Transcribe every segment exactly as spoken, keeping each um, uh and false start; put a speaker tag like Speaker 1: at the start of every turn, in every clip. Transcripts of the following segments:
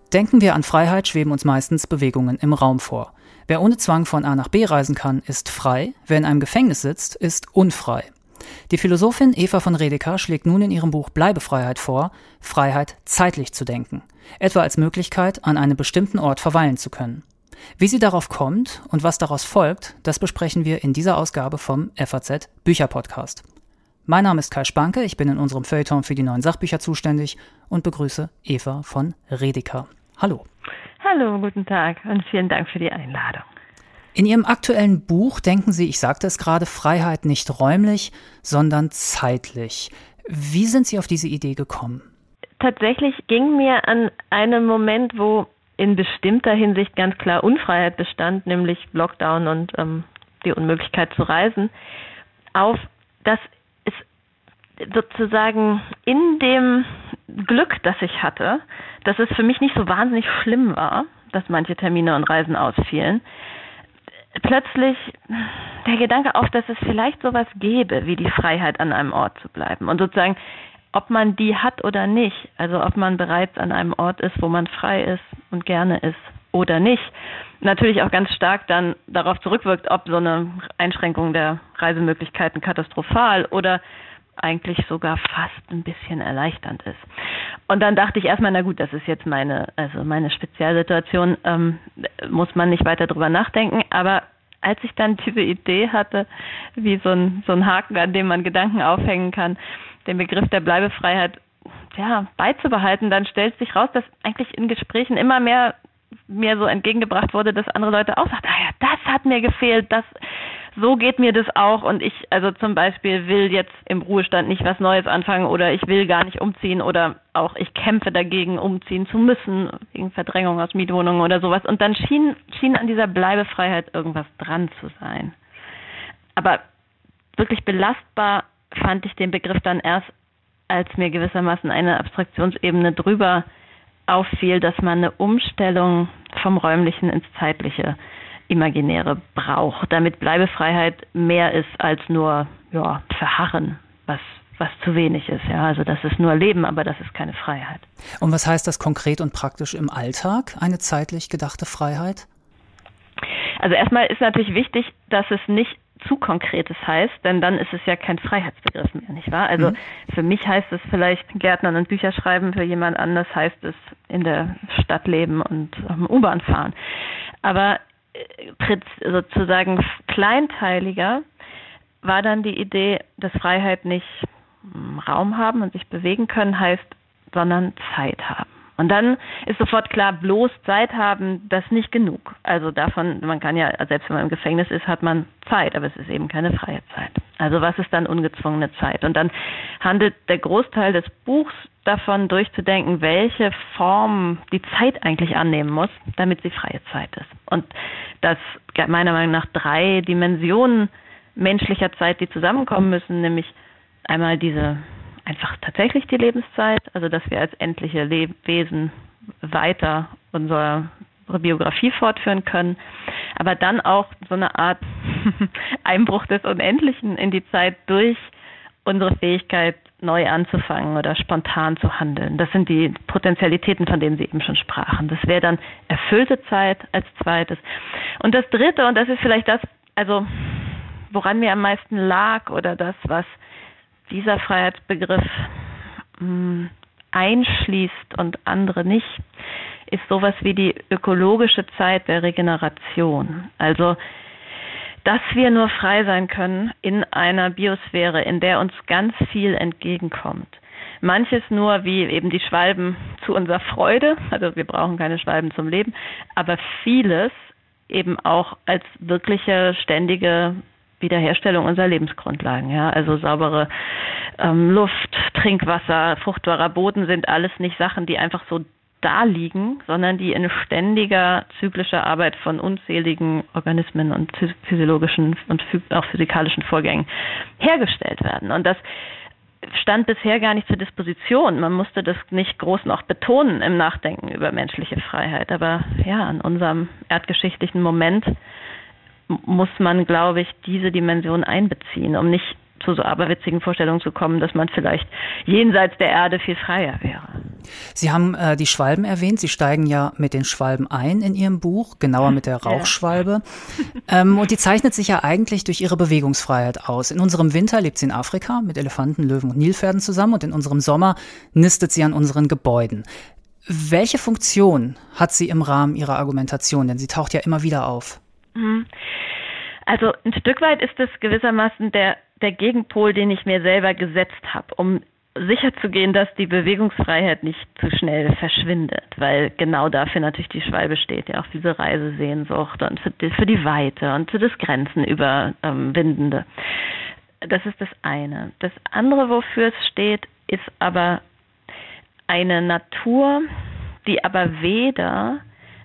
Speaker 1: Denken wir an Freiheit, schweben uns meistens Bewegungen im Raum vor. Wer ohne Zwang von A nach B reisen kann, ist frei. Wer in einem Gefängnis sitzt, ist unfrei. Die Philosophin Eva von Redeker schlägt nun in ihrem Buch Bleibefreiheit vor, Freiheit zeitlich zu denken, etwa als Möglichkeit, an einem bestimmten Ort verweilen zu können. Wie sie darauf kommt und was daraus folgt, das besprechen wir in dieser Ausgabe vom F A Z Bücherpodcast. Mein Name ist Kai Spanke, ich bin in unserem Feuilleton für die neuen Sachbücher zuständig und begrüße Eva von Redeker. Hallo.
Speaker 2: Hallo, guten Tag und vielen Dank für die Einladung.
Speaker 1: In Ihrem aktuellen Buch denken Sie, ich sagte es gerade, Freiheit nicht räumlich, sondern zeitlich. Wie sind Sie auf diese Idee gekommen?
Speaker 2: Tatsächlich ging mir an einem Moment, wo in bestimmter Hinsicht ganz klar Unfreiheit bestand, nämlich Lockdown und ähm, die Unmöglichkeit zu reisen, auf, dass es sozusagen in dem Glück, das ich hatte, dass es für mich nicht so wahnsinnig schlimm war, dass manche Termine und Reisen ausfielen, plötzlich der Gedanke auf, dass es vielleicht sowas gäbe, wie die Freiheit, an einem Ort zu bleiben. Und sozusagen, ob man die hat oder nicht, also ob man bereits an einem Ort ist, wo man frei ist und gerne ist oder nicht, natürlich auch ganz stark dann darauf zurückwirkt, ob so eine Einschränkung der Reisemöglichkeiten katastrophal oder eigentlich sogar fast ein bisschen erleichternd ist. Und dann dachte ich erstmal, na gut, das ist jetzt meine, also meine Spezialsituation, ähm, muss man nicht weiter drüber nachdenken. Aber als ich dann diese Idee hatte, wie so ein, so ein Haken, an dem man Gedanken aufhängen kann, den Begriff der Bleibefreiheit ja, beizubehalten, dann stellt sich raus, dass eigentlich in Gesprächen immer mehr mir so entgegengebracht wurde, dass andere Leute auch sagen, ah ja, das hat mir gefehlt, das, so geht mir das auch und ich, also zum Beispiel will jetzt im Ruhestand nicht was Neues anfangen oder ich will gar nicht umziehen oder auch ich kämpfe dagegen, umziehen zu müssen, wegen Verdrängung aus Mietwohnungen oder sowas und dann schien, schien an dieser Bleibefreiheit irgendwas dran zu sein. Aber wirklich belastbar fand ich den Begriff dann erst, als mir gewissermaßen eine Abstraktionsebene drüber auffiel, dass man eine Umstellung vom Räumlichen ins Zeitliche, Imaginäre braucht, damit Bleibefreiheit mehr ist als nur ja, Verharren, was, was zu wenig ist. Ja, also das ist nur Leben, aber das ist keine Freiheit.
Speaker 1: Und was heißt das konkret und praktisch im Alltag, eine zeitlich gedachte Freiheit?
Speaker 2: Also erstmal ist natürlich wichtig, dass es nicht zu Konkretes heißt, denn dann ist es ja kein Freiheitsbegriff mehr, nicht wahr? Also mhm. für mich heißt es vielleicht Gärtnern und Bücher schreiben, für jemand anders heißt es in der Stadt leben und um, U-Bahn fahren. Aber äh, sozusagen kleinteiliger war dann die Idee, dass Freiheit nicht ähm, Raum haben und sich bewegen können heißt, sondern Zeit haben. Und dann ist sofort klar, bloß Zeit haben, das ist nicht genug. Also davon, man kann ja, selbst wenn man im Gefängnis ist, hat man Zeit, aber es ist eben keine freie Zeit. Also was ist dann ungezwungene Zeit? Und dann handelt der Großteil des Buchs davon, durchzudenken, welche Form die Zeit eigentlich annehmen muss, damit sie freie Zeit ist. Und das meiner Meinung nach drei Dimensionen menschlicher Zeit, die zusammenkommen müssen, nämlich einmal diese einfach tatsächlich die Lebenszeit, also dass wir als endliche Lebewesen weiter unsere Biografie fortführen können, aber dann auch so eine Art Einbruch des Unendlichen in die Zeit durch unsere Fähigkeit, neu anzufangen oder spontan zu handeln. Das sind die Potentialitäten, von denen Sie eben schon sprachen. Das wäre dann erfüllte Zeit als zweites. Und das dritte, und das ist vielleicht das, also woran mir am meisten lag oder das, was dieser Freiheitsbegriff mh, einschließt und andere nicht, ist sowas wie die ökologische Zeit der Regeneration. Also, dass wir nur frei sein können in einer Biosphäre, in der uns ganz viel entgegenkommt. Manches nur wie eben die Schwalben zu unserer Freude, also wir brauchen keine Schwalben zum Leben, aber vieles eben auch als wirkliche ständige Wiederherstellung unserer Lebensgrundlagen, ja, also saubere ähm, Luft, Trinkwasser, fruchtbarer Boden sind alles nicht Sachen, die einfach so da liegen, sondern die in ständiger zyklischer Arbeit von unzähligen Organismen und physiologischen und auch physikalischen Vorgängen hergestellt werden. Und das stand bisher gar nicht zur Disposition. Man musste das nicht groß noch betonen im Nachdenken über menschliche Freiheit. Aber ja, in unserem erdgeschichtlichen Moment muss man, glaube ich, diese Dimension einbeziehen, um nicht zu so aberwitzigen Vorstellungen zu kommen, dass man vielleicht jenseits der Erde viel freier wäre.
Speaker 1: Sie haben äh, die Schwalben erwähnt. Sie steigen ja mit den Schwalben ein in Ihrem Buch, genauer mit der Rauchschwalbe. Ja. Ähm, und die zeichnet sich ja eigentlich durch ihre Bewegungsfreiheit aus. In unserem Winter lebt sie in Afrika mit Elefanten, Löwen und Nilpferden zusammen und in unserem Sommer nistet sie an unseren Gebäuden. Welche Funktion hat sie im Rahmen ihrer Argumentation? Denn sie taucht ja immer wieder auf.
Speaker 2: Also ein Stück weit ist es gewissermaßen der, der Gegenpol, den ich mir selber gesetzt habe, um sicherzugehen, dass die Bewegungsfreiheit nicht zu schnell verschwindet, weil genau dafür natürlich die Schwalbe steht, ja auch diese Reisesehnsucht und für die, für die Weite und für das Grenzenüberwindende. Das ist das eine. Das andere, wofür es steht, ist aber eine Natur, die aber weder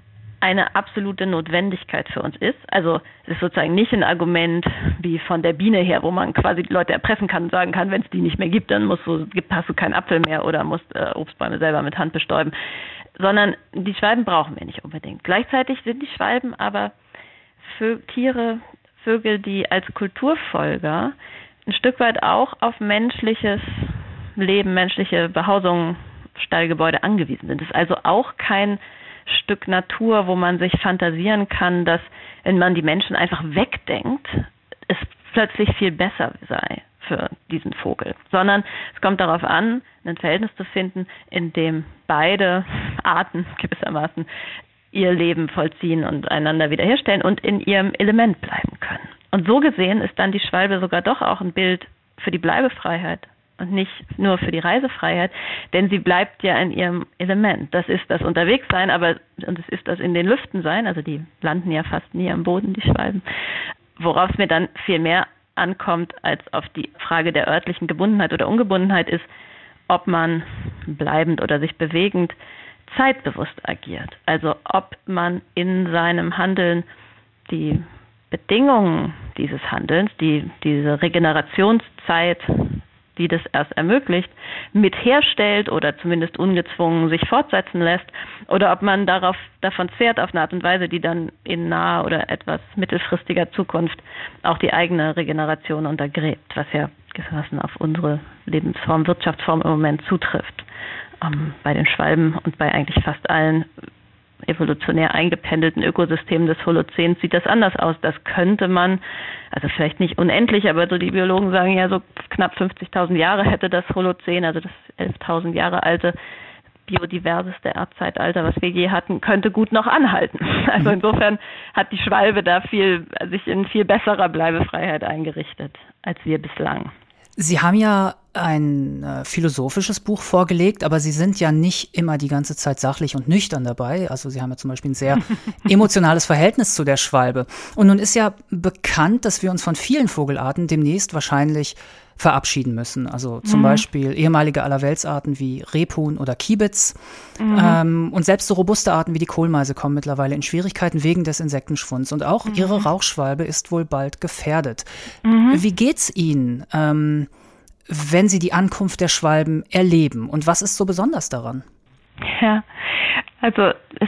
Speaker 2: eine absolute Notwendigkeit für uns ist. Also es ist sozusagen nicht ein Argument wie von der Biene her, wo man quasi die Leute erpressen kann und sagen kann, wenn es die nicht mehr gibt, dann musst du, hast du keinen Apfel mehr oder musst äh, Obstbäume selber mit Hand bestäuben. Sondern die Schwalben brauchen wir nicht unbedingt. Gleichzeitig sind die Schwalben aber Vö- Tiere, Vögel, die als Kulturfolger ein Stück weit auch auf menschliches Leben, menschliche Behausung, Stallgebäude angewiesen sind. Es ist also auch kein Stück Natur, wo man sich fantasieren kann, dass, wenn man die Menschen einfach wegdenkt, es plötzlich viel besser sei für diesen Vogel. Sondern es kommt darauf an, ein Verhältnis zu finden, in dem beide Arten gewissermaßen ihr Leben vollziehen und einander wiederherstellen und in ihrem Element bleiben können. Und so gesehen ist dann die Schwalbe sogar doch auch ein Bild für die Bleibefreiheit und nicht nur für die Reisefreiheit, denn sie bleibt ja in ihrem Element. Das ist das Unterwegssein, aber und es ist das in den Lüften sein, also die landen ja fast nie am Boden, die Schwalben, worauf es mir dann viel mehr ankommt als auf die Frage der örtlichen Gebundenheit oder Ungebundenheit ist, ob man bleibend oder sich bewegend zeitbewusst agiert. Also ob man in seinem Handeln die Bedingungen dieses Handelns, die diese Regenerationszeit, die das erst ermöglicht, mit herstellt oder zumindest ungezwungen sich fortsetzen lässt, oder ob man darauf davon zehrt auf eine Art und Weise, die dann in naher oder etwas mittelfristiger Zukunft auch die eigene Regeneration untergräbt, was ja gewissermaßen auf unsere Lebensform, Wirtschaftsform im Moment zutrifft. Um, bei den Schwalben und bei eigentlich fast allen evolutionär eingependelten Ökosystemen des Holozäns sieht das anders aus. Das könnte man, also vielleicht nicht unendlich, aber so die Biologen sagen ja, so knapp fünfzigtausend Jahre hätte das Holozän, also das elftausend Jahre alte, biodiverseste Erdzeitalter, was wir je hatten, könnte gut noch anhalten. Also insofern hat die Schwalbe da viel, sich in viel besserer Bleibefreiheit eingerichtet als wir bislang.
Speaker 1: Sie haben ja ein äh, philosophisches Buch vorgelegt, aber Sie sind ja nicht immer die ganze Zeit sachlich und nüchtern dabei. Also Sie haben ja zum Beispiel ein sehr emotionales Verhältnis zu der Schwalbe. Und nun ist ja bekannt, dass wir uns von vielen Vogelarten demnächst wahrscheinlich verabschieden müssen. Also zum mhm. Beispiel ehemalige Allerweltsarten wie Rebhuhn oder Kiebitz. Mhm. Ähm, und selbst so robuste Arten wie die Kohlmeise kommen mittlerweile in Schwierigkeiten wegen des Insektenschwunds. Und auch mhm. Ihre Rauchschwalbe ist wohl bald gefährdet. Mhm. Wie geht's Ihnen, ähm, wenn Sie die Ankunft der Schwalben erleben? Und was ist so besonders daran?
Speaker 2: Ja, also es,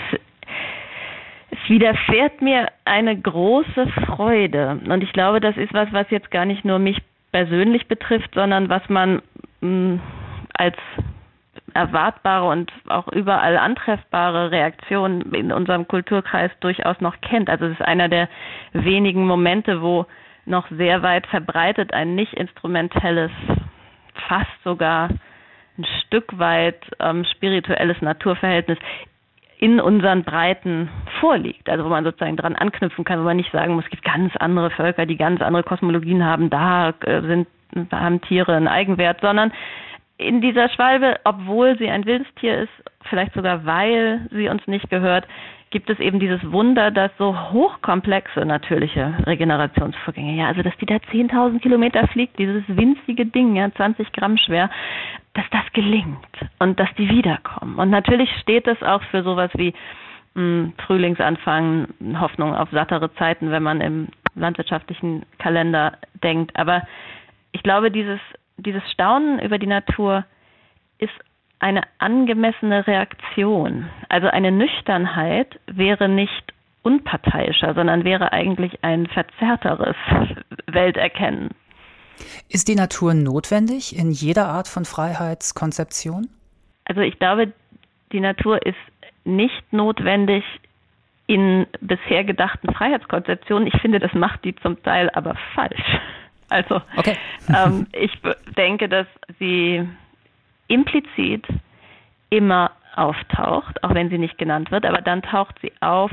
Speaker 2: es widerfährt mir eine große Freude. Und ich glaube, das ist was, was jetzt gar nicht nur mich persönlich betrifft, sondern was man mh, als erwartbare und auch überall antreffbare Reaktion in unserem Kulturkreis durchaus noch kennt. Also es ist einer der wenigen Momente, wo noch sehr weit verbreitet ein nicht instrumentelles, fast sogar ein Stück weit ähm, spirituelles Naturverhältnis in unseren Breiten vorliegt. Also wo man sozusagen dran anknüpfen kann, wo man nicht sagen muss, es gibt ganz andere Völker, die ganz andere Kosmologien haben, da äh, sind, da haben Tiere einen Eigenwert, sondern in dieser Schwalbe, obwohl sie ein wildes Tier ist, vielleicht sogar weil sie uns nicht gehört, gibt es eben dieses Wunder, dass so hochkomplexe natürliche Regenerationsvorgänge, ja, also dass die da zehntausend Kilometer fliegt, dieses winzige Ding, ja, zwanzig Gramm schwer, dass das gelingt und dass die wiederkommen. Und natürlich steht das auch für sowas wie mh, Frühlingsanfang, Hoffnung auf sattere Zeiten, wenn man im landwirtschaftlichen Kalender denkt. Aber ich glaube, dieses, dieses Staunen über die Natur ist eine angemessene Reaktion. Also eine Nüchternheit wäre nicht unparteiischer, sondern wäre eigentlich ein verzerrteres Welterkennen.
Speaker 1: Ist die Natur notwendig in jeder Art von Freiheitskonzeption?
Speaker 2: Also ich glaube, die Natur ist nicht notwendig in bisher gedachten Freiheitskonzeptionen. Ich finde, das macht die zum Teil aber falsch. Also okay. ähm, ich denke, dass sie implizit immer auftaucht, auch wenn sie nicht genannt wird, aber dann taucht sie auf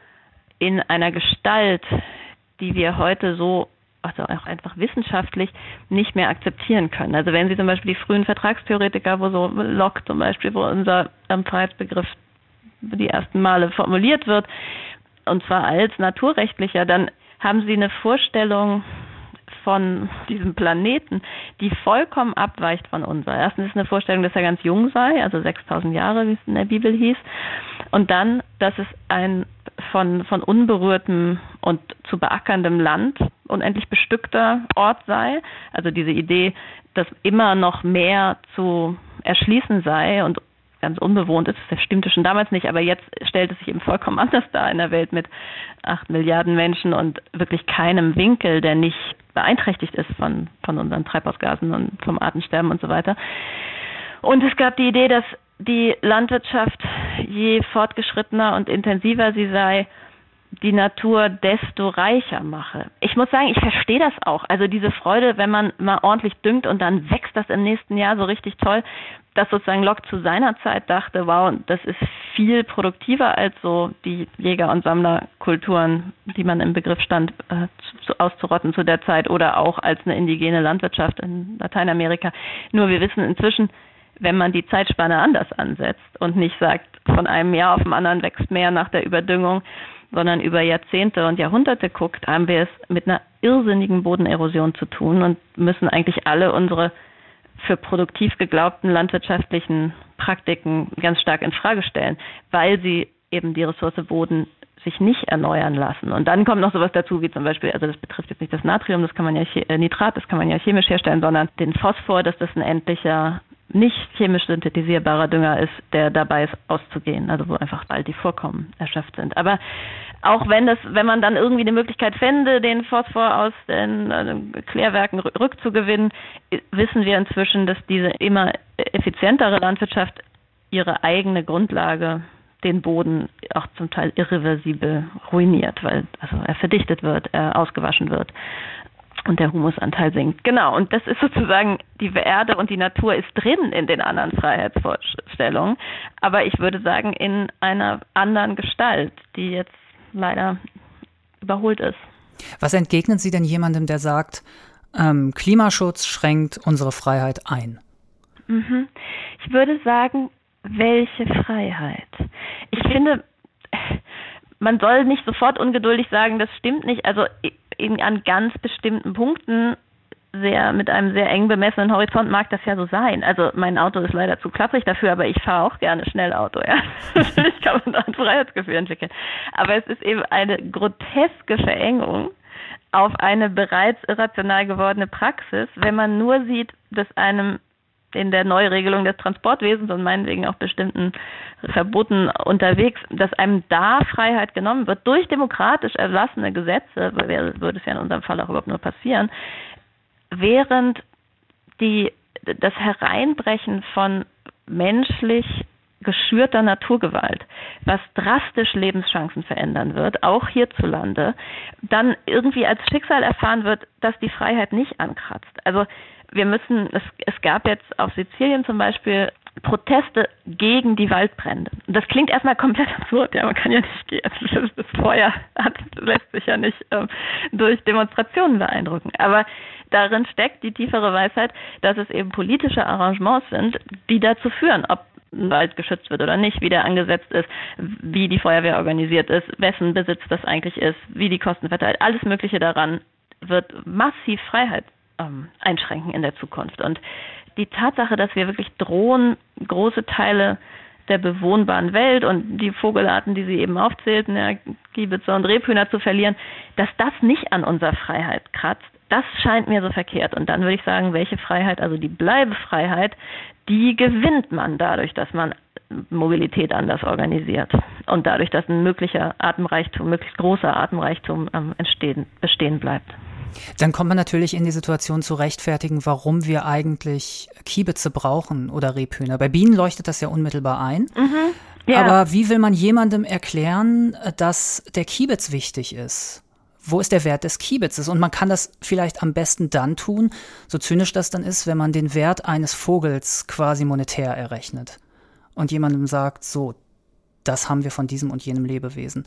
Speaker 2: in einer Gestalt, die wir heute so, also auch einfach wissenschaftlich, nicht mehr akzeptieren können. Also wenn Sie zum Beispiel die frühen Vertragstheoretiker, wo so Locke zum Beispiel, wo unser ähm, Freiheitsbegriff die ersten Male formuliert wird, und zwar als naturrechtlicher, dann haben Sie eine Vorstellung von diesem Planeten, die vollkommen abweicht von unserer. Erstens ist eine Vorstellung, dass er ganz jung sei, also sechstausend Jahre, wie es in der Bibel hieß. Und dann, dass es ein von, von unberührtem und zu beackerndem Land unendlich bestückter Ort sei. Also diese Idee, dass immer noch mehr zu erschließen sei und ganz unbewohnt ist, das stimmte schon damals nicht, aber jetzt stellt es sich eben vollkommen anders dar in der Welt mit acht Milliarden Menschen und wirklich keinem Winkel, der nicht beeinträchtigt ist von, von unseren Treibhausgasen und vom Artensterben und so weiter. Und es gab die Idee, dass die Landwirtschaft, je fortgeschrittener und intensiver sie sei, die Natur desto reicher mache. Ich muss sagen, ich verstehe das auch. Also diese Freude, wenn man mal ordentlich düngt und dann wächst das im nächsten Jahr so richtig toll, dass sozusagen Locke zu seiner Zeit dachte, wow, das ist viel produktiver als so die Jäger- und Sammlerkulturen, die man im Begriff stand, äh, zu, auszurotten zu der Zeit, oder auch als eine indigene Landwirtschaft in Lateinamerika. Nur wir wissen inzwischen, wenn man die Zeitspanne anders ansetzt und nicht sagt, von einem Jahr auf dem anderen wächst mehr nach der Überdüngung, sondern über Jahrzehnte und Jahrhunderte guckt, haben wir es mit einer irrsinnigen Bodenerosion zu tun und müssen eigentlich alle unsere für produktiv geglaubten landwirtschaftlichen Praktiken ganz stark in Frage stellen, weil sie eben die Ressource Boden sich nicht erneuern lassen. Und dann kommt noch sowas dazu, wie zum Beispiel, also das betrifft jetzt nicht das Natrium, das kann man ja, äh, Nitrat, das kann man ja chemisch herstellen, sondern den Phosphor, dass das ein endlicher, nicht chemisch synthetisierbarer Dünger ist, der dabei ist auszugehen, also wo einfach bald die Vorkommen erschöpft sind. Aber auch wenn das, wenn man dann irgendwie die Möglichkeit fände, den Phosphor aus den äh, Klärwerken rückzugewinnen, wissen wir inzwischen, dass diese immer effizientere Landwirtschaft ihre eigene Grundlage, den Boden, auch zum Teil irreversibel ruiniert, weil also er verdichtet wird, er ausgewaschen wird und der Humusanteil sinkt. Genau, und das ist sozusagen, die Erde und die Natur ist drin in den anderen Freiheitsvorstellungen, aber ich würde sagen, in einer anderen Gestalt, die jetzt leider überholt ist.
Speaker 1: Was entgegnen Sie denn jemandem, der sagt, ähm, Klimaschutz schränkt unsere Freiheit ein?
Speaker 2: Mhm. Ich würde sagen, welche Freiheit? Ich finde, man soll nicht sofort ungeduldig sagen, das stimmt nicht. Also an ganz bestimmten Punkten, sehr mit einem sehr eng bemessenen Horizont, mag das ja so sein. Also mein Auto ist leider zu klapprig dafür, aber ich fahre auch gerne schnell Auto. Ja. Natürlich kann man da ein Freiheitsgefühl entwickeln. Aber es ist eben eine groteske Verengung auf eine bereits irrational gewordene Praxis, wenn man nur sieht, dass einem in der Neuregelung des Transportwesens und meinetwegen auch bestimmten Verboten unterwegs, dass einem da Freiheit genommen wird durch demokratisch erlassene Gesetze, würde es ja in unserem Fall auch überhaupt nur passieren, während die, das Hereinbrechen von menschlich geschürter Naturgewalt, was drastisch Lebenschancen verändern wird, auch hierzulande, dann irgendwie als Schicksal erfahren wird, dass die Freiheit nicht ankratzt. Also wir müssen, es, es gab jetzt auf Sizilien zum Beispiel Proteste gegen die Waldbrände. Das klingt erstmal komplett absurd, ja, man kann ja nicht gehen. Das Feuer hat, lässt sich ja nicht ähm, durch Demonstrationen beeindrucken. Aber darin steckt die tiefere Weisheit, dass es eben politische Arrangements sind, die dazu führen, ob ein Wald geschützt wird oder nicht, wie der angesetzt ist, wie die Feuerwehr organisiert ist, wessen Besitz das eigentlich ist, wie die Kosten verteilt. Alles Mögliche daran wird massiv Freiheit ähm, einschränken in der Zukunft. Und die Tatsache, dass wir wirklich drohen, große Teile der bewohnbaren Welt und die Vogelarten, die Sie eben aufzählten, ja, Kiebitzer und Rebhühner zu verlieren, dass das nicht an unserer Freiheit kratzt, das scheint mir so verkehrt. Und dann würde ich sagen, welche Freiheit, also die Bleibefreiheit, die gewinnt man dadurch, dass man Mobilität anders organisiert und dadurch, dass ein möglicher Atemreichtum, möglichst großer Atemreichtum ähm, entstehen, bestehen bleibt.
Speaker 1: Dann kommt man natürlich in die Situation zu rechtfertigen, warum wir eigentlich Kiebitze brauchen oder Rebhühner. Bei Bienen leuchtet das ja unmittelbar ein.
Speaker 2: Mhm. Ja.
Speaker 1: Aber wie will man jemandem erklären, dass der Kiebitz wichtig ist? Wo ist der Wert des Kiebitzes? Und man kann das vielleicht am besten dann tun, so zynisch das dann ist, wenn man den Wert eines Vogels quasi monetär errechnet. Und jemandem sagt, so, das haben wir von diesem und jenem Lebewesen.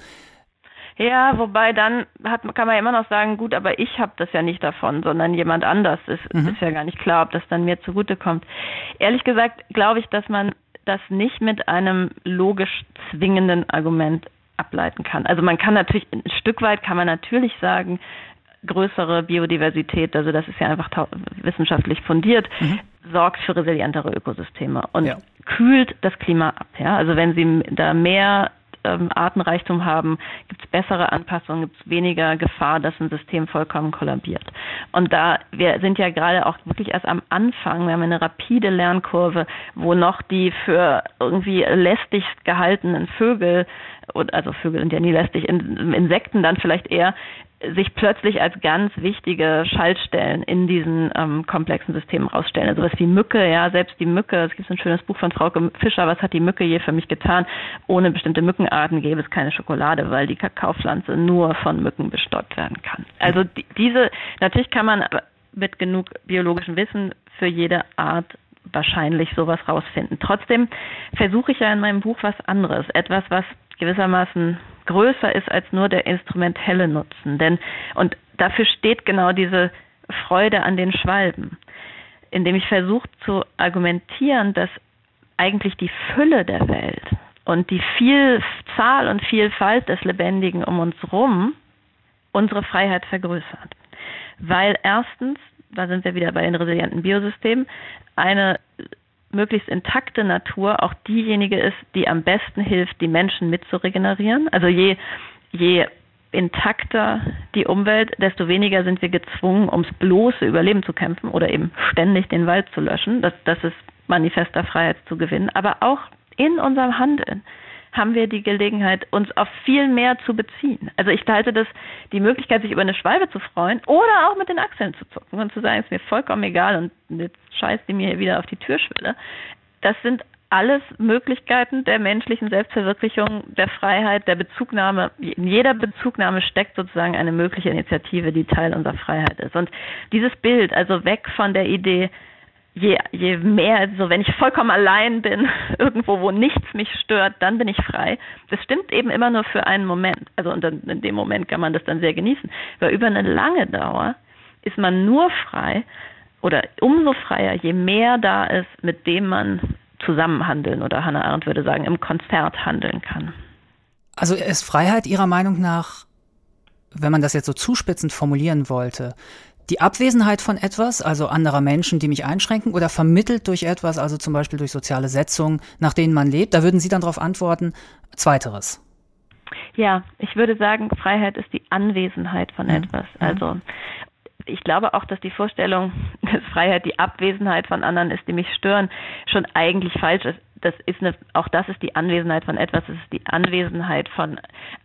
Speaker 2: Ja, wobei dann hat, kann man ja immer noch sagen, gut, aber ich habe das ja nicht davon, sondern jemand anders. Es mhm. ist ja gar nicht klar, ob das dann mir zugutekommt. Ehrlich gesagt glaube ich, dass man das nicht mit einem logisch zwingenden Argument ableiten kann. Also man kann natürlich, ein Stück weit kann man natürlich sagen, größere Biodiversität, also das ist ja einfach ta- wissenschaftlich fundiert, mhm. sorgt für resilientere Ökosysteme und ja. kühlt das Klima ab. Ja? Also wenn Sie da mehr ähm, Artenreichtum haben, gibt es bessere Anpassungen, gibt es weniger Gefahr, dass ein System vollkommen kollabiert. Und da, wir sind ja gerade auch wirklich erst am Anfang, wir haben eine rapide Lernkurve, wo noch die für irgendwie lästig gehaltenen Vögel, also Vögel sind ja nie lästig, Insekten dann vielleicht eher, sich plötzlich als ganz wichtige Schaltstellen in diesen ähm, komplexen Systemen rausstellen. Also was wie Mücke, ja, selbst die Mücke, es gibt ein schönes Buch von Frauke Fischer, was hat die Mücke je für mich getan? Ohne bestimmte Mückenarten gäbe es keine Schokolade, weil die Kakaopflanze nur von Mücken bestäubt werden kann. Also die, diese, natürlich kann man mit genug biologischem Wissen für jede Art wahrscheinlich sowas rausfinden. Trotzdem versuche ich ja in meinem Buch was anderes, etwas, was gewissermaßen größer ist als nur der instrumentelle Nutzen. Denn, und dafür steht genau diese Freude an den Schwalben, indem ich versuche zu argumentieren, dass eigentlich die Fülle der Welt und die Vielzahl und Vielfalt des Lebendigen um uns rum unsere Freiheit vergrößert. Weil erstens, da sind wir wieder bei den resilienten Biosystemen, eine möglichst intakte Natur auch diejenige ist, die am besten hilft, die Menschen mit zu regenerieren. Also je, je intakter die Umwelt, desto weniger sind wir gezwungen, ums bloße Überleben zu kämpfen oder eben ständig den Wald zu löschen. Das, das ist manifester Freiheit zu gewinnen. Aber auch in unserem Handeln haben wir die Gelegenheit, uns auf viel mehr zu beziehen. Also ich halte das, die Möglichkeit, sich über eine Schwalbe zu freuen oder auch mit den Achseln zu zucken und zu sagen, ist mir vollkommen egal und jetzt scheißt die mir hier wieder auf die Türschwelle. Das sind alles Möglichkeiten der menschlichen Selbstverwirklichung, der Freiheit, der Bezugnahme. In jeder Bezugnahme steckt sozusagen eine mögliche Initiative, die Teil unserer Freiheit ist. Und dieses Bild, also weg von der Idee, Je, je mehr, so wenn ich vollkommen allein bin, irgendwo, wo nichts mich stört, dann bin ich frei. Das stimmt eben immer nur für einen Moment. Also und dann, in dem Moment kann man das dann sehr genießen. Weil über eine lange Dauer ist man nur frei oder umso freier, je mehr da ist, mit dem man zusammenhandeln oder Hannah Arendt würde sagen, im Konzert handeln kann.
Speaker 1: Also ist Freiheit Ihrer Meinung nach, wenn man das jetzt so zuspitzend formulieren wollte, die Abwesenheit von etwas, also anderer Menschen, die mich einschränken, oder vermittelt durch etwas, also zum Beispiel durch soziale Setzungen, nach denen man lebt? Da würden Sie dann darauf antworten, Zweiteres.
Speaker 2: Ja, ich würde sagen, Freiheit ist die Anwesenheit von mhm. etwas. Also ich glaube auch, dass die Vorstellung, dass Freiheit die Abwesenheit von anderen ist, die mich stören, schon eigentlich falsch ist. Das ist eine, auch das ist die Anwesenheit von etwas, es ist die Anwesenheit von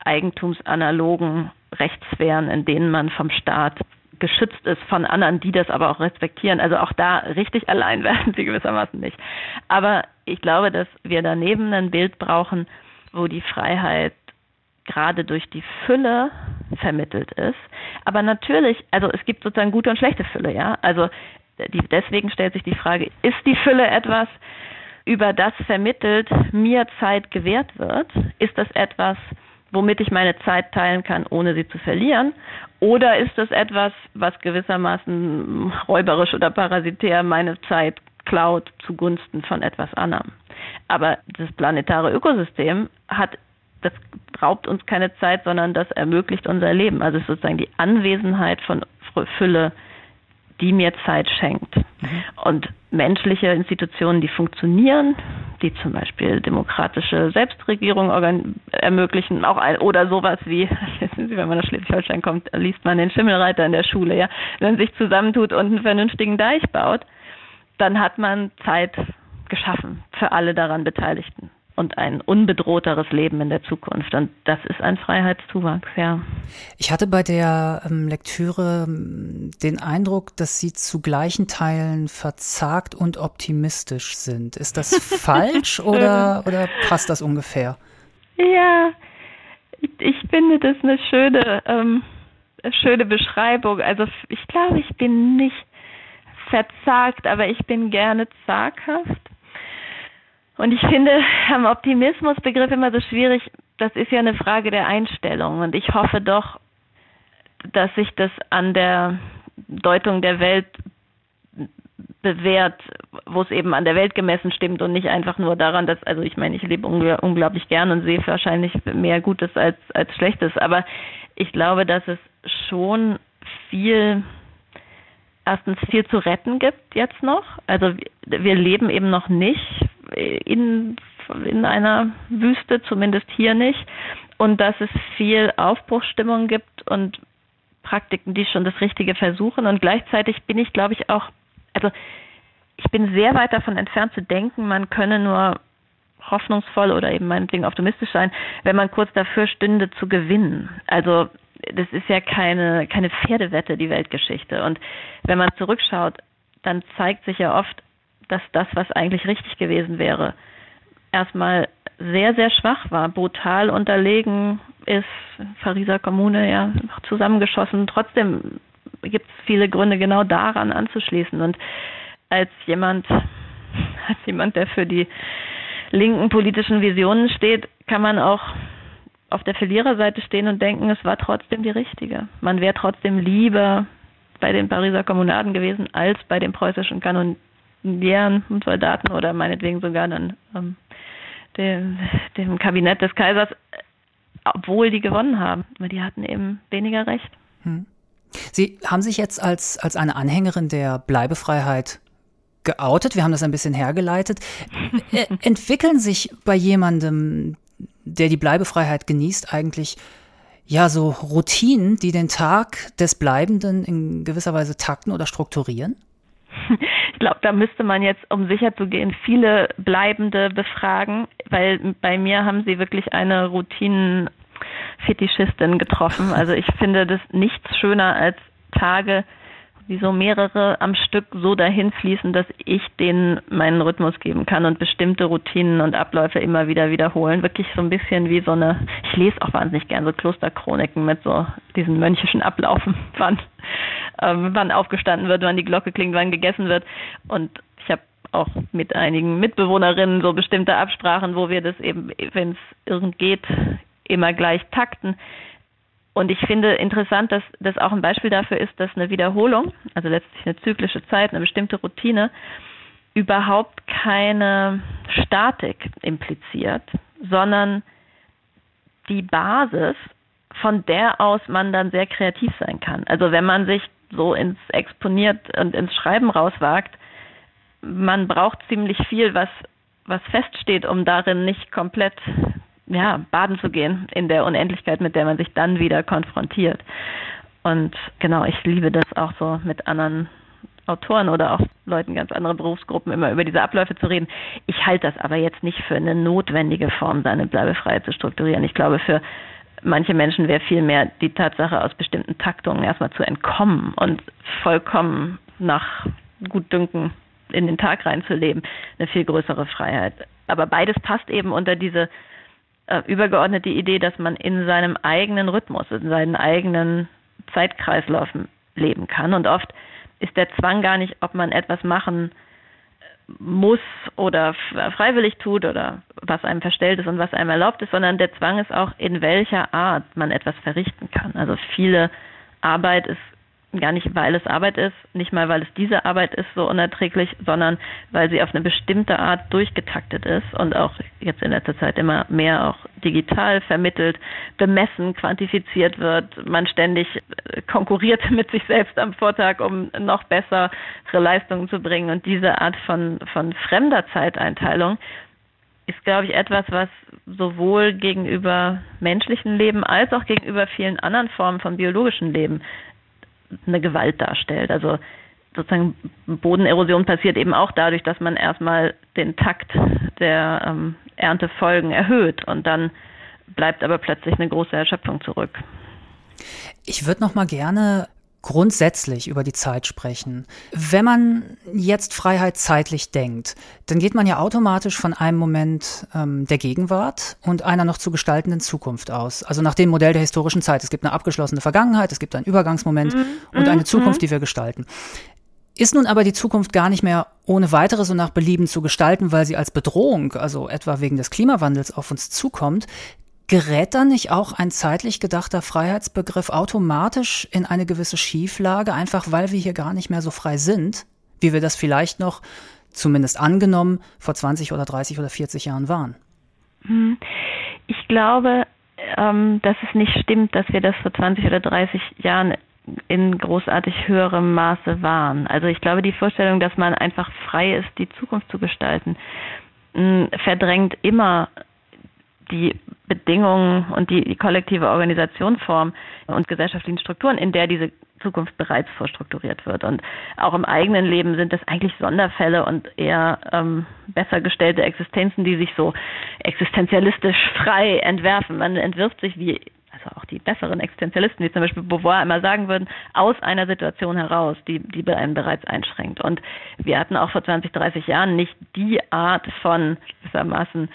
Speaker 2: eigentumsanalogen Rechtssphären, in denen man vom Staat geschützt ist von anderen, die das aber auch respektieren. Also auch da richtig allein werden sie gewissermaßen nicht. Aber ich glaube, dass wir daneben ein Bild brauchen, wo die Freiheit gerade durch die Fülle vermittelt ist. Aber natürlich, also es gibt sozusagen gute und schlechte Fülle, ja. Also die, deswegen stellt sich die Frage, ist die Fülle etwas, über das vermittelt mir Zeit gewährt wird? Ist das etwas, womit ich meine Zeit teilen kann, ohne sie zu verlieren? Oder ist das etwas, was gewissermaßen räuberisch oder parasitär meine Zeit klaut zugunsten von etwas anderem? Aber das planetare Ökosystem hat, das raubt uns keine Zeit, sondern das ermöglicht unser Leben. Also es ist sozusagen die Anwesenheit von Fülle, die mir Zeit schenkt. Mhm. Und menschliche Institutionen, die funktionieren, die zum Beispiel demokratische Selbstregierung organ- ermöglichen, auch ein, oder sowas wie, wenn man nach Schleswig-Holstein kommt, liest man den Schimmelreiter in der Schule, ja, wenn man sich zusammentut und einen vernünftigen Deich baut, dann hat man Zeit geschaffen für alle daran Beteiligten. und ein unbedrohteres Leben in der Zukunft. Und das ist ein Freiheitszuwachs, ja.
Speaker 1: Ich hatte bei der ähm, Lektüre ähm, den Eindruck, dass Sie zu gleichen Teilen verzagt und optimistisch sind. Ist das falsch oder, oder passt das ungefähr?
Speaker 2: Ja, ich, ich finde das eine schöne, ähm, eine schöne Beschreibung. Also ich glaube, ich bin nicht verzagt, aber ich bin gerne zaghaft. Und ich finde am Optimismusbegriff immer so schwierig, das ist ja eine Frage der Einstellung. Und ich hoffe doch, dass sich das an der Deutung der Welt bewährt, wo es eben an der Welt gemessen stimmt und nicht einfach nur daran, dass, also ich meine, ich lebe ungl- unglaublich gern und sehe wahrscheinlich mehr Gutes als, als Schlechtes, aber ich glaube, dass es schon viel, erstens viel zu retten gibt jetzt noch. Also wir leben eben noch nicht in, in einer Wüste, zumindest hier nicht, und dass es viel Aufbruchsstimmung gibt und Praktiken, die schon das Richtige versuchen, und gleichzeitig bin ich, glaube ich, auch, also ich bin sehr weit davon entfernt zu denken, man könne nur hoffnungsvoll oder eben meinetwegen optimistisch sein, wenn man kurz dafür stünde zu gewinnen. Also das ist ja keine, keine Pferdewette, die Weltgeschichte. Und wenn man zurückschaut, dann zeigt sich ja oft, dass das, was eigentlich richtig gewesen wäre, erstmal sehr, sehr schwach war, brutal unterlegen ist, Pariser Kommune ja zusammengeschossen. Trotzdem gibt es viele Gründe, genau daran anzuschließen. Und als jemand, als jemand, der für die linken politischen Visionen steht, kann man auch auf der Verliererseite stehen und denken, es war trotzdem die richtige. Man wäre trotzdem lieber bei den Pariser Kommunaden gewesen, als bei den preußischen Kanonieren und Soldaten oder meinetwegen sogar dann ähm, dem, dem Kabinett des Kaisers, obwohl die gewonnen haben. Aber die hatten eben weniger Recht.
Speaker 1: Hm. Sie haben sich jetzt als, als eine Anhängerin der Bleibefreiheit geoutet. Wir haben das ein bisschen hergeleitet. Entwickeln sich bei jemandem, der die Bleibefreiheit genießt, eigentlich ja so Routinen, die den Tag des Bleibenden in gewisser Weise takten oder strukturieren?
Speaker 2: Ich glaube, da müsste man jetzt, um sicher zu gehen, viele Bleibende befragen, weil bei mir haben sie wirklich eine Routinen-Fetischistin getroffen. Also ich finde das nichts schöner als Tage, wie so mehrere am Stück so dahin fließen, dass ich denen meinen Rhythmus geben kann und bestimmte Routinen und Abläufe immer wieder wiederholen. Wirklich so ein bisschen wie so eine, ich lese auch wahnsinnig gern so Klosterchroniken mit so diesen mönchischen Ablaufen, wann, ähm, wann aufgestanden wird, wann die Glocke klingt, wann gegessen wird. Und ich habe auch mit einigen Mitbewohnerinnen so bestimmte Absprachen, wo wir das eben, wenn es irgend geht, immer gleich takten. Und ich finde interessant, dass das auch ein Beispiel dafür ist, dass eine Wiederholung, also letztlich eine zyklische Zeit, eine bestimmte Routine, überhaupt keine Statik impliziert, sondern die Basis, von der aus man dann sehr kreativ sein kann. Also wenn man sich so ins Exponiert und ins Schreiben rauswagt, man braucht ziemlich viel, was, was feststeht, um darin nicht komplett ja, baden zu gehen in der Unendlichkeit, mit der man sich dann wieder konfrontiert. Und genau, ich liebe das auch so mit anderen Autoren oder auch Leuten ganz anderer Berufsgruppen immer über diese Abläufe zu reden. Ich halte das aber jetzt nicht für eine notwendige Form, seine Bleibefreiheit zu strukturieren. Ich glaube, für manche Menschen wäre vielmehr die Tatsache, aus bestimmten Taktungen erstmal zu entkommen und vollkommen nach Gutdünken in den Tag reinzuleben, eine viel größere Freiheit. Aber beides passt eben unter diese übergeordnete Idee, dass man in seinem eigenen Rhythmus, in seinen eigenen Zeitkreisläufen leben kann. Und oft ist der Zwang gar nicht, ob man etwas machen muss oder freiwillig tut oder was einem verstellt ist und was einem erlaubt ist, sondern der Zwang ist auch, in welcher Art man etwas verrichten kann. Also viele Arbeit ist gar nicht, weil es Arbeit ist, nicht mal, weil es diese Arbeit ist, so unerträglich, sondern weil sie auf eine bestimmte Art durchgetaktet ist und auch jetzt in letzter Zeit immer mehr auch digital vermittelt, bemessen, quantifiziert wird, man ständig konkurriert mit sich selbst am Vortag, um noch bessere Leistungen zu bringen. Und diese Art von, von fremder Zeiteinteilung ist, glaube ich, etwas, was sowohl gegenüber menschlichem Leben als auch gegenüber vielen anderen Formen von biologischem Leben eine Gewalt darstellt. Also sozusagen Bodenerosion passiert eben auch dadurch, dass man erstmal den Takt der ähm, Erntefolgen erhöht und dann bleibt aber plötzlich eine große Erschöpfung zurück.
Speaker 1: Ich würde noch mal gerne grundsätzlich über die Zeit sprechen. Wenn man jetzt Freiheit zeitlich denkt, dann geht man ja automatisch von einem Moment ähm, der Gegenwart und einer noch zu gestaltenden Zukunft aus. Also nach dem Modell der historischen Zeit. Es gibt eine abgeschlossene Vergangenheit, es gibt einen Übergangsmoment mhm. und eine Zukunft, die wir gestalten. Ist nun aber die Zukunft gar nicht mehr ohne weiteres und nach Belieben zu gestalten, weil sie als Bedrohung, also etwa wegen des Klimawandels, auf uns zukommt, gerät dann nicht auch ein zeitlich gedachter Freiheitsbegriff automatisch in eine gewisse Schieflage, einfach weil wir hier gar nicht mehr so frei sind, wie wir das vielleicht noch, zumindest angenommen, vor zwanzig oder dreißig oder vierzig Jahren waren?
Speaker 2: Ich glaube, ähm, dass es nicht stimmt, dass wir das vor zwanzig oder dreißig Jahren in großartig höherem Maße waren. Also ich glaube, die Vorstellung, dass man einfach frei ist, die Zukunft zu gestalten, mh, verdrängt immer die Bedingungen und die, die kollektive Organisationsform und gesellschaftlichen Strukturen, in der diese Zukunft bereits vorstrukturiert wird. Und auch im eigenen Leben sind das eigentlich Sonderfälle und eher ähm, besser gestellte Existenzen, die sich so existenzialistisch frei entwerfen. Man entwirft sich wie, also auch die besseren Existenzialisten, wie zum Beispiel Beauvoir immer sagen würden, aus einer Situation heraus, die, die einen bereits einschränkt. Und wir hatten auch vor zwanzig, dreißig Jahren nicht die Art von gewissermaßen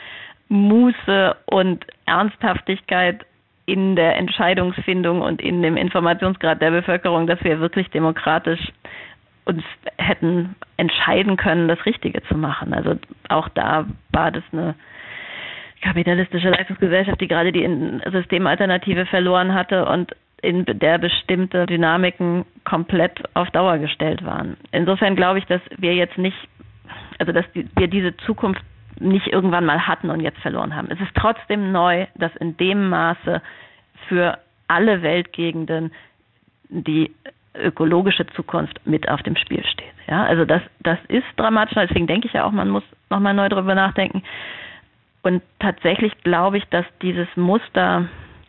Speaker 2: Muße und Ernsthaftigkeit in der Entscheidungsfindung und in dem Informationsgrad der Bevölkerung, dass wir wirklich demokratisch uns hätten entscheiden können, das Richtige zu machen. Also auch da war das eine kapitalistische Leistungsgesellschaft, die gerade die Systemalternative verloren hatte und in der bestimmte Dynamiken komplett auf Dauer gestellt waren. Insofern glaube ich, dass wir jetzt nicht, also dass die, wir diese Zukunft nicht irgendwann mal hatten und jetzt verloren haben. Es ist trotzdem neu, dass in dem Maße für alle Weltgegenden die ökologische Zukunft mit auf dem Spiel steht. Ja, also das, das ist dramatisch, deswegen denke ich ja auch, man muss nochmal neu darüber nachdenken. Und tatsächlich glaube ich, dass dieses Muster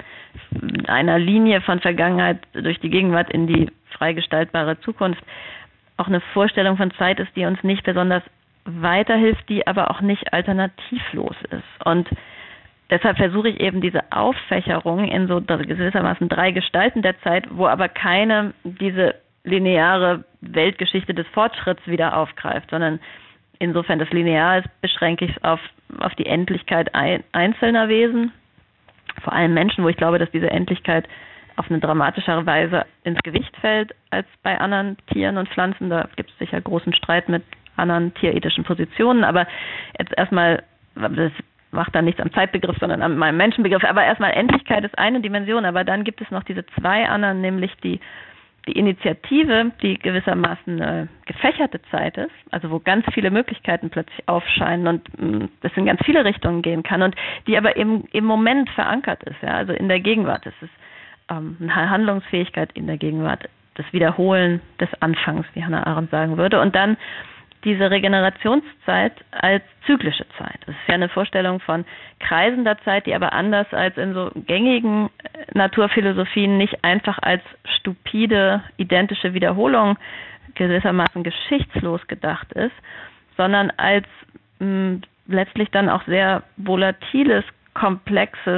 Speaker 2: einer Linie von Vergangenheit durch die Gegenwart in die frei gestaltbare Zukunft auch eine Vorstellung von Zeit ist, die uns nicht besonders weiterhilft, die aber auch nicht alternativlos ist. Und deshalb versuche ich eben diese Auffächerung in so gewissermaßen drei Gestalten der Zeit, wo aber keine diese lineare Weltgeschichte des Fortschritts wieder aufgreift, sondern insofern das linear ist, beschränke ich es auf, auf die Endlichkeit einzelner Wesen, vor allem Menschen, wo ich glaube, dass diese Endlichkeit auf eine dramatischere Weise ins Gewicht fällt als bei anderen Tieren und Pflanzen. Da gibt es sicher großen Streit mit anderen tierethischen Positionen, aber jetzt erstmal, das macht dann nichts am Zeitbegriff, sondern an meinem Menschenbegriff, aber erstmal Endlichkeit ist eine Dimension, aber dann gibt es noch diese zwei anderen, nämlich die, die Initiative, die gewissermaßen eine gefächerte Zeit ist, also wo ganz viele Möglichkeiten plötzlich aufscheinen und mh, das in ganz viele Richtungen gehen kann und die aber im, im Moment verankert ist, ja, also in der Gegenwart. Es ist ähm, eine Handlungsfähigkeit in der Gegenwart, das Wiederholen des Anfangs, wie Hannah Arendt sagen würde, und dann diese Regenerationszeit als zyklische Zeit. Das ist ja eine Vorstellung von kreisender Zeit, die aber anders als in so gängigen Naturphilosophien nicht einfach als stupide, identische Wiederholung gewissermaßen geschichtslos gedacht ist, sondern als mh, letztlich dann auch sehr volatiles, komplexes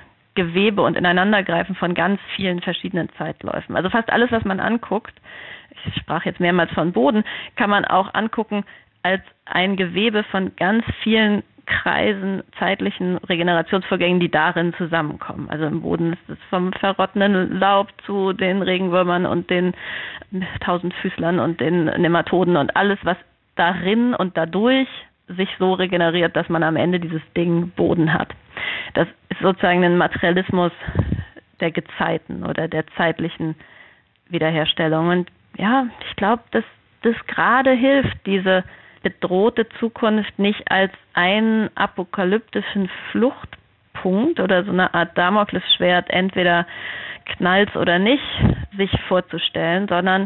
Speaker 2: Gewebe und Ineinandergreifen von ganz vielen verschiedenen Zeitläufen. Also fast alles, was man anguckt, ich sprach jetzt mehrmals von Boden, kann man auch angucken als ein Gewebe von ganz vielen Kreisen, zeitlichen Regenerationsvorgängen, die darin zusammenkommen. Also im Boden ist es vom verrottenden Laub zu den Regenwürmern und den Tausendfüßlern und den Nematoden und alles, was darin und dadurch sich so regeneriert, dass man am Ende dieses Ding Boden hat. Das ist sozusagen ein Materialismus der Gezeiten oder der zeitlichen Wiederherstellung. Und ja, ich glaube, dass das gerade hilft, diese bedrohte Zukunft nicht als einen apokalyptischen Fluchtpunkt oder so eine Art Damoklesschwert, entweder knallt's oder nicht, sich vorzustellen, sondern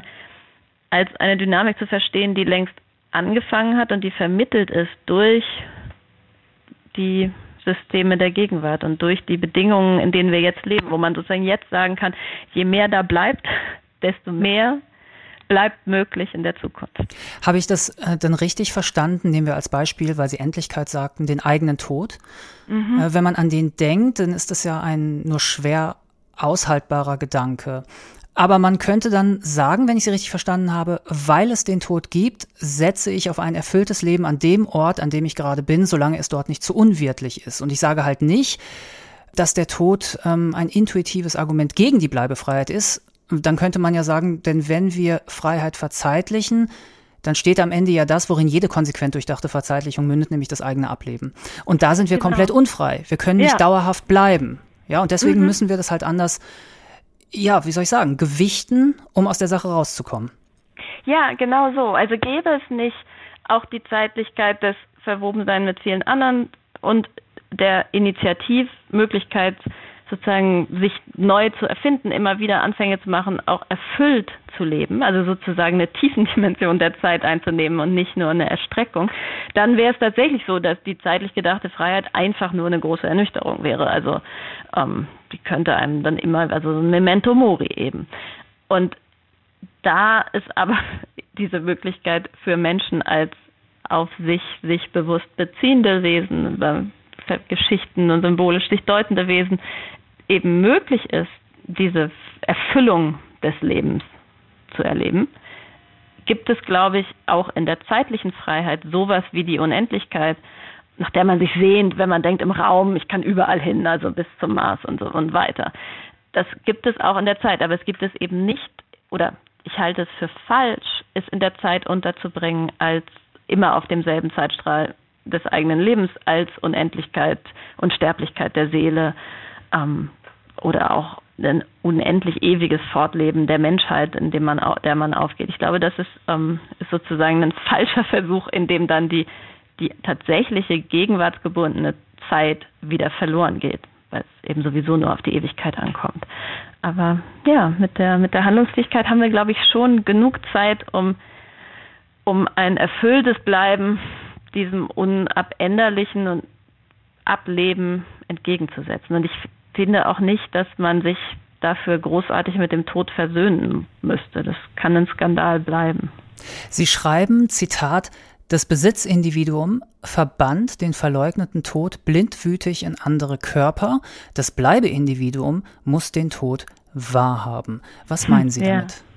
Speaker 2: als eine Dynamik zu verstehen, die längst angefangen hat und die vermittelt ist durch die Systeme der Gegenwart und durch die Bedingungen, in denen wir jetzt leben, wo man sozusagen jetzt sagen kann, je mehr da bleibt, desto mehr bleibt möglich in der Zukunft.
Speaker 1: Habe ich das äh, denn richtig verstanden? Nehmen wir als Beispiel, weil Sie Endlichkeit sagten, den eigenen Tod. Mhm. Äh, wenn man an den denkt, dann ist das ja ein nur schwer aushaltbarer Gedanke. Aber man könnte dann sagen, wenn ich Sie richtig verstanden habe, weil es den Tod gibt, setze ich auf ein erfülltes Leben an dem Ort, an dem ich gerade bin, solange es dort nicht zu unwirtlich ist. Und ich sage halt nicht, dass der Tod ähm, ein intuitives Argument gegen die Bleibefreiheit ist. Dann könnte man ja sagen, denn wenn wir Freiheit verzeitlichen, dann steht am Ende ja das, worin jede konsequent durchdachte Verzeitlichung mündet, nämlich das eigene Ableben. Und da sind wir genau. komplett unfrei. Wir können nicht ja. dauerhaft bleiben. Ja, und deswegen mhm. müssen wir das halt anders, ja, wie soll ich sagen, gewichten, um aus der Sache rauszukommen.
Speaker 2: Ja, genau so. Also gäbe es nicht auch die Zeitlichkeit des Verwobensein mit vielen anderen und der Initiativmöglichkeit, sozusagen sich neu zu erfinden, immer wieder Anfänge zu machen, auch erfüllt zu leben, also sozusagen eine Tiefendimension der Zeit einzunehmen und nicht nur eine Erstreckung, dann wäre es tatsächlich so, dass die zeitlich gedachte Freiheit einfach nur eine große Ernüchterung wäre. Also ähm, die könnte einem dann immer, also ein Memento Mori eben. Und da ist aber diese Möglichkeit für Menschen als auf sich, sich bewusst beziehende Wesen, über Geschichten und symbolisch sich deutende Wesen eben möglich ist, diese Erfüllung des Lebens zu erleben, gibt es, glaube ich, auch in der zeitlichen Freiheit sowas wie die Unendlichkeit, nach der man sich sehnt, wenn man denkt im Raum, ich kann überall hin, also bis zum Mars und so und weiter. Das gibt es auch in der Zeit, aber es gibt es eben nicht, oder ich halte es für falsch, es in der Zeit unterzubringen, als immer auf demselben Zeitstrahl des eigenen Lebens als Unendlichkeit und Sterblichkeit der Seele ähm, oder auch ein unendlich ewiges Fortleben der Menschheit, in dem man der man aufgeht. Ich glaube, das ist, ähm, ist sozusagen ein falscher Versuch, in dem dann die, die tatsächliche gegenwartsgebundene Zeit wieder verloren geht, weil es eben sowieso nur auf die Ewigkeit ankommt. Aber ja, mit der, mit der Handlungsfähigkeit haben wir, glaube ich, schon genug Zeit, um, um ein erfülltes Bleiben diesem unabänderlichen und Ableben entgegenzusetzen. Und ich finde auch nicht, dass man sich dafür großartig mit dem Tod versöhnen müsste. Das kann ein Skandal bleiben.
Speaker 1: Sie schreiben, Zitat, das Besitzindividuum verbannt den verleugneten Tod blindwütig in andere Körper. Das Bleibeindividuum muss den Tod wahrhaben. Was meinen Sie
Speaker 2: ja.
Speaker 1: damit?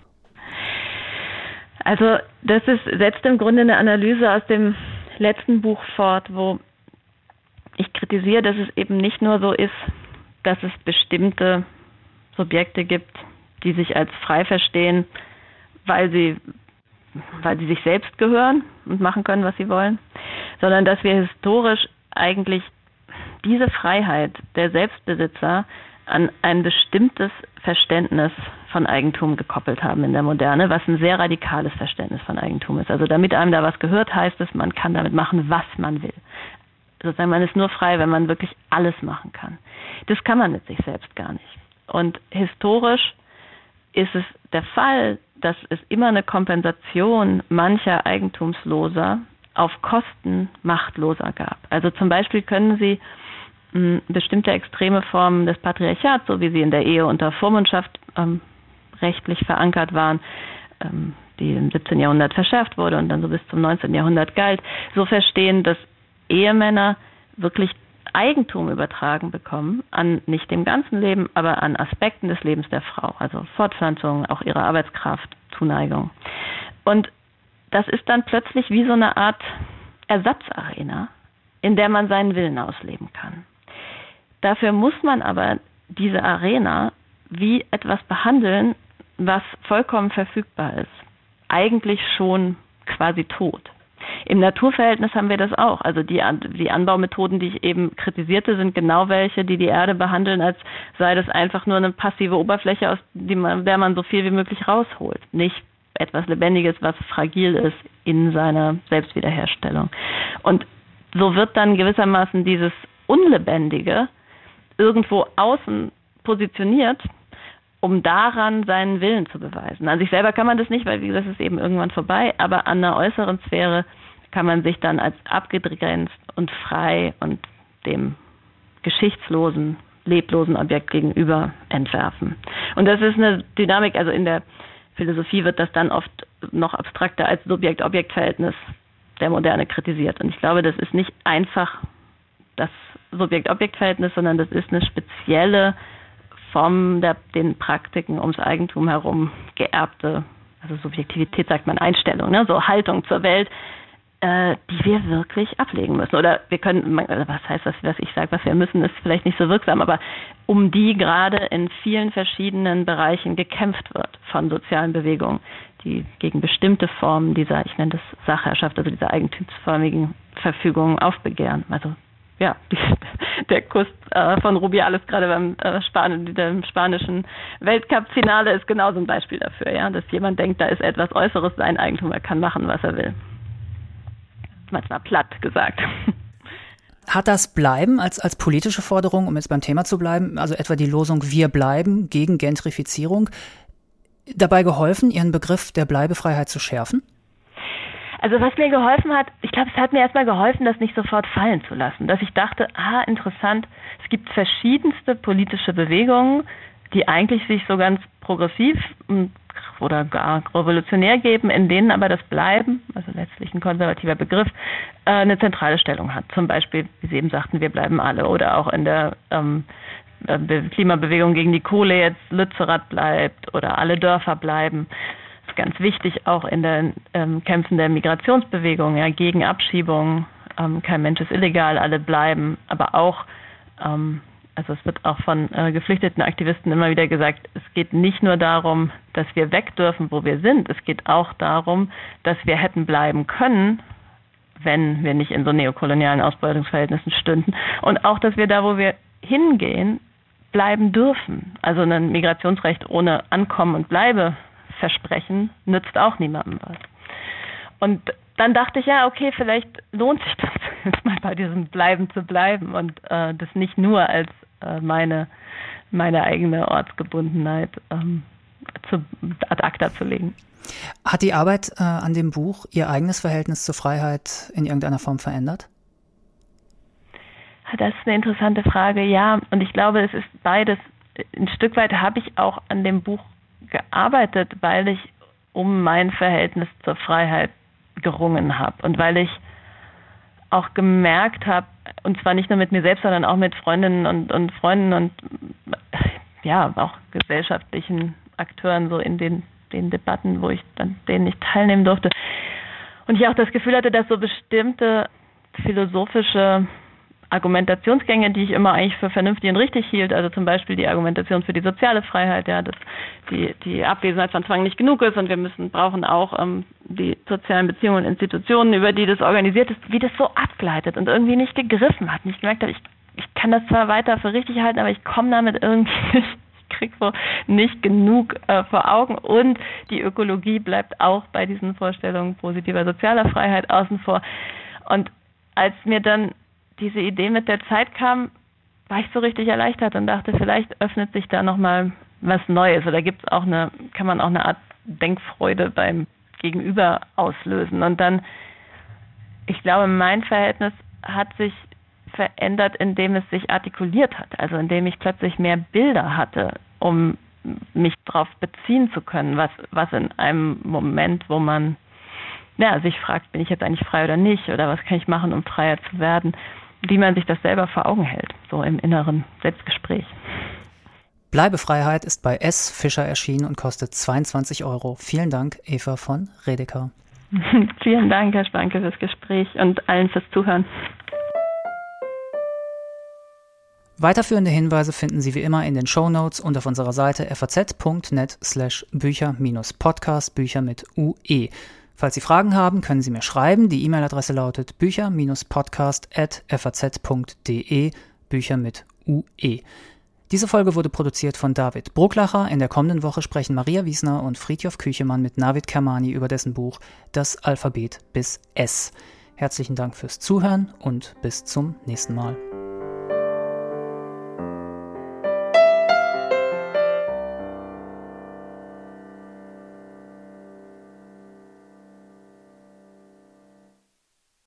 Speaker 2: Also das ist, setzt im Grunde eine Analyse aus dem letzten Buch fort, wo ich kritisiere, dass es eben nicht nur so ist, dass es bestimmte Subjekte gibt, die sich als frei verstehen, weil sie, weil sie sich selbst gehören und machen können, was sie wollen, sondern dass wir historisch eigentlich diese Freiheit der Selbstbesitzer an ein bestimmtes Verständnis von Eigentum gekoppelt haben in der Moderne, was ein sehr radikales Verständnis von Eigentum ist. Also damit einem da was gehört, heißt es, man kann damit machen, was man will. Sozusagen, man ist nur frei, wenn man wirklich alles machen kann. Das kann man mit sich selbst gar nicht. Und historisch ist es der Fall, dass es immer eine Kompensation mancher Eigentumsloser auf Kosten Machtloser gab. Also zum Beispiel können Sie mh, bestimmte extreme Formen des Patriarchats, so wie sie in der Ehe unter Vormundschaft ähm, rechtlich verankert waren, ähm, die im siebzehnten Jahrhundert verschärft wurde und dann so bis zum neunzehnten Jahrhundert galt, so verstehen, dass Ehemänner wirklich Eigentum übertragen bekommen an nicht dem ganzen Leben, aber an Aspekten des Lebens der Frau, also Fortpflanzung, auch ihre Arbeitskraft, Zuneigung. Und das ist dann plötzlich wie so eine Art Ersatzarena, in der man seinen Willen ausleben kann. Dafür muss man aber diese Arena wie etwas behandeln, was vollkommen verfügbar ist. Eigentlich schon quasi tot. Im Naturverhältnis haben wir das auch. Also die, die Anbaumethoden, die ich eben kritisierte, sind genau welche, die die Erde behandeln, als sei das einfach nur eine passive Oberfläche, aus der man so viel wie möglich rausholt. Nicht etwas Lebendiges, was fragil ist in seiner Selbstwiederherstellung. Und so wird dann gewissermaßen dieses Unlebendige irgendwo außen positioniert, um daran seinen Willen zu beweisen. An sich selber kann man das nicht, weil, wie gesagt, das ist eben irgendwann vorbei, aber an einer äußeren Sphäre kann man sich dann als abgegrenzt und frei und dem geschichtslosen, leblosen Objekt gegenüber entwerfen. Und das ist eine Dynamik, also in der Philosophie wird das dann oft noch abstrakter als Subjekt-Objekt-Verhältnis der Moderne kritisiert. Und ich glaube, das ist nicht einfach das Subjekt-Objekt-Verhältnis, sondern das ist eine spezielle Form der den Praktiken ums Eigentum herum geerbte, also Subjektivität sagt man Einstellung, ne? So Haltung zur Welt, äh, die wir wirklich ablegen müssen. Oder wir können, was heißt das, was ich sage, was wir müssen, ist vielleicht nicht so wirksam, aber um die gerade in vielen verschiedenen Bereichen gekämpft wird von sozialen Bewegungen, die gegen bestimmte Formen dieser, ich nenne das Sachherrschaft, also dieser eigentumsförmigen Verfügung aufbegehren. Also ja, die, der Kuss äh, von Rubiales gerade beim äh, Span- dem spanischen Weltcup-Finale ist genauso ein Beispiel dafür, ja, dass jemand denkt, da ist etwas Äußeres sein Eigentum, er kann machen, was er will. Manchmal platt gesagt.
Speaker 1: Hat das Bleiben als, als politische Forderung, um jetzt beim Thema zu bleiben, also etwa die Losung Wir bleiben gegen Gentrifizierung, dabei geholfen, Ihren Begriff der Bleibefreiheit zu schärfen?
Speaker 2: Also was mir geholfen hat, ich glaube, es hat mir erstmal geholfen, das nicht sofort fallen zu lassen. Dass ich dachte, ah, interessant, es gibt verschiedenste politische Bewegungen, die eigentlich sich so ganz progressiv oder gar revolutionär geben, in denen aber das Bleiben, also letztlich ein konservativer Begriff, eine zentrale Stellung hat. Zum Beispiel, wie Sie eben sagten, wir bleiben alle. Oder auch in der ähm, Klimabewegung gegen die Kohle jetzt Lützerath bleibt oder alle Dörfer bleiben. Ganz wichtig auch in den ähm, Kämpfen der Migrationsbewegung, ja, gegen Abschiebung, ähm, kein Mensch ist illegal, alle bleiben, aber auch, ähm, also es wird auch von äh, geflüchteten Aktivisten immer wieder gesagt, es geht nicht nur darum, dass wir weg dürfen, wo wir sind, es geht auch darum, dass wir hätten bleiben können, wenn wir nicht in so neokolonialen Ausbeutungsverhältnissen stünden und auch, dass wir da, wo wir hingehen, bleiben dürfen. Also ein Migrationsrecht ohne Ankommen und Bleibe Versprechen nützt auch niemandem was. Und dann dachte ich, ja, okay, vielleicht lohnt sich das jetzt mal bei diesem Bleiben zu bleiben und äh, das nicht nur als äh, meine, meine eigene Ortsgebundenheit ähm, zu, ad acta zu legen.
Speaker 1: Hat die Arbeit äh, an dem Buch Ihr eigenes Verhältnis zur Freiheit in irgendeiner Form verändert?
Speaker 2: Das ist eine interessante Frage, ja. Und ich glaube, es ist beides. Ein Stück weit habe ich auch an dem Buch gearbeitet, weil ich um mein Verhältnis zur Freiheit gerungen habe und weil ich auch gemerkt habe, und zwar nicht nur mit mir selbst, sondern auch mit Freundinnen und, und Freunden und ja, auch gesellschaftlichen Akteuren so in den, den Debatten, wo ich dann denen nicht teilnehmen durfte. Und ich auch das Gefühl hatte, dass so bestimmte philosophische Argumentationsgänge, die ich immer eigentlich für vernünftig und richtig hielt, also zum Beispiel die Argumentation für die soziale Freiheit, ja, dass die, die Abwesenheit von Zwang nicht genug ist und wir müssen brauchen auch ähm, die sozialen Beziehungen und Institutionen, über die das organisiert ist, wie das so abgleitet und irgendwie nicht gegriffen hat. Und ich gemerkt habe, ich, ich kann das zwar weiter für richtig halten, aber ich komme damit irgendwie nicht, ich kriege so nicht genug äh, vor Augen und die Ökologie bleibt auch bei diesen Vorstellungen positiver sozialer Freiheit außen vor. Und als mir dann diese Idee mit der Zeit kam, war ich so richtig erleichtert und dachte, vielleicht öffnet sich da nochmal was Neues oder gibt's auch eine, kann man auch eine Art Denkfreude beim Gegenüber auslösen. Und dann, ich glaube, mein Verhältnis hat sich verändert, indem es sich artikuliert hat, also indem ich plötzlich mehr Bilder hatte, um mich darauf beziehen zu können, was, was in einem Moment, wo man ja, sich fragt, bin ich jetzt eigentlich frei oder nicht oder was kann ich machen, um freier zu werden, wie man sich das selber vor Augen hält, so im inneren Selbstgespräch.
Speaker 1: Bleibefreiheit ist bei S. Fischer erschienen und kostet zweiundzwanzig Euro. Vielen Dank, Eva von Redeker.
Speaker 2: Vielen Dank, Herr Spanke, fürs Gespräch und allen fürs Zuhören.
Speaker 1: Weiterführende Hinweise finden Sie wie immer in den Shownotes und auf unserer Seite faz.net slash Bücher minus Podcast, Bücher mit U E. Falls Sie Fragen haben, können Sie mir schreiben. Die E-Mail-Adresse lautet bücher podcast at faz punkt de, Bücher mit U E. Diese Folge wurde produziert von David Brucklacher. In der kommenden Woche sprechen Maria Wiesner und Fridtjof Küchemann mit Navid Kermani über dessen Buch Das Alphabet bis S. Herzlichen Dank fürs Zuhören und bis zum nächsten Mal.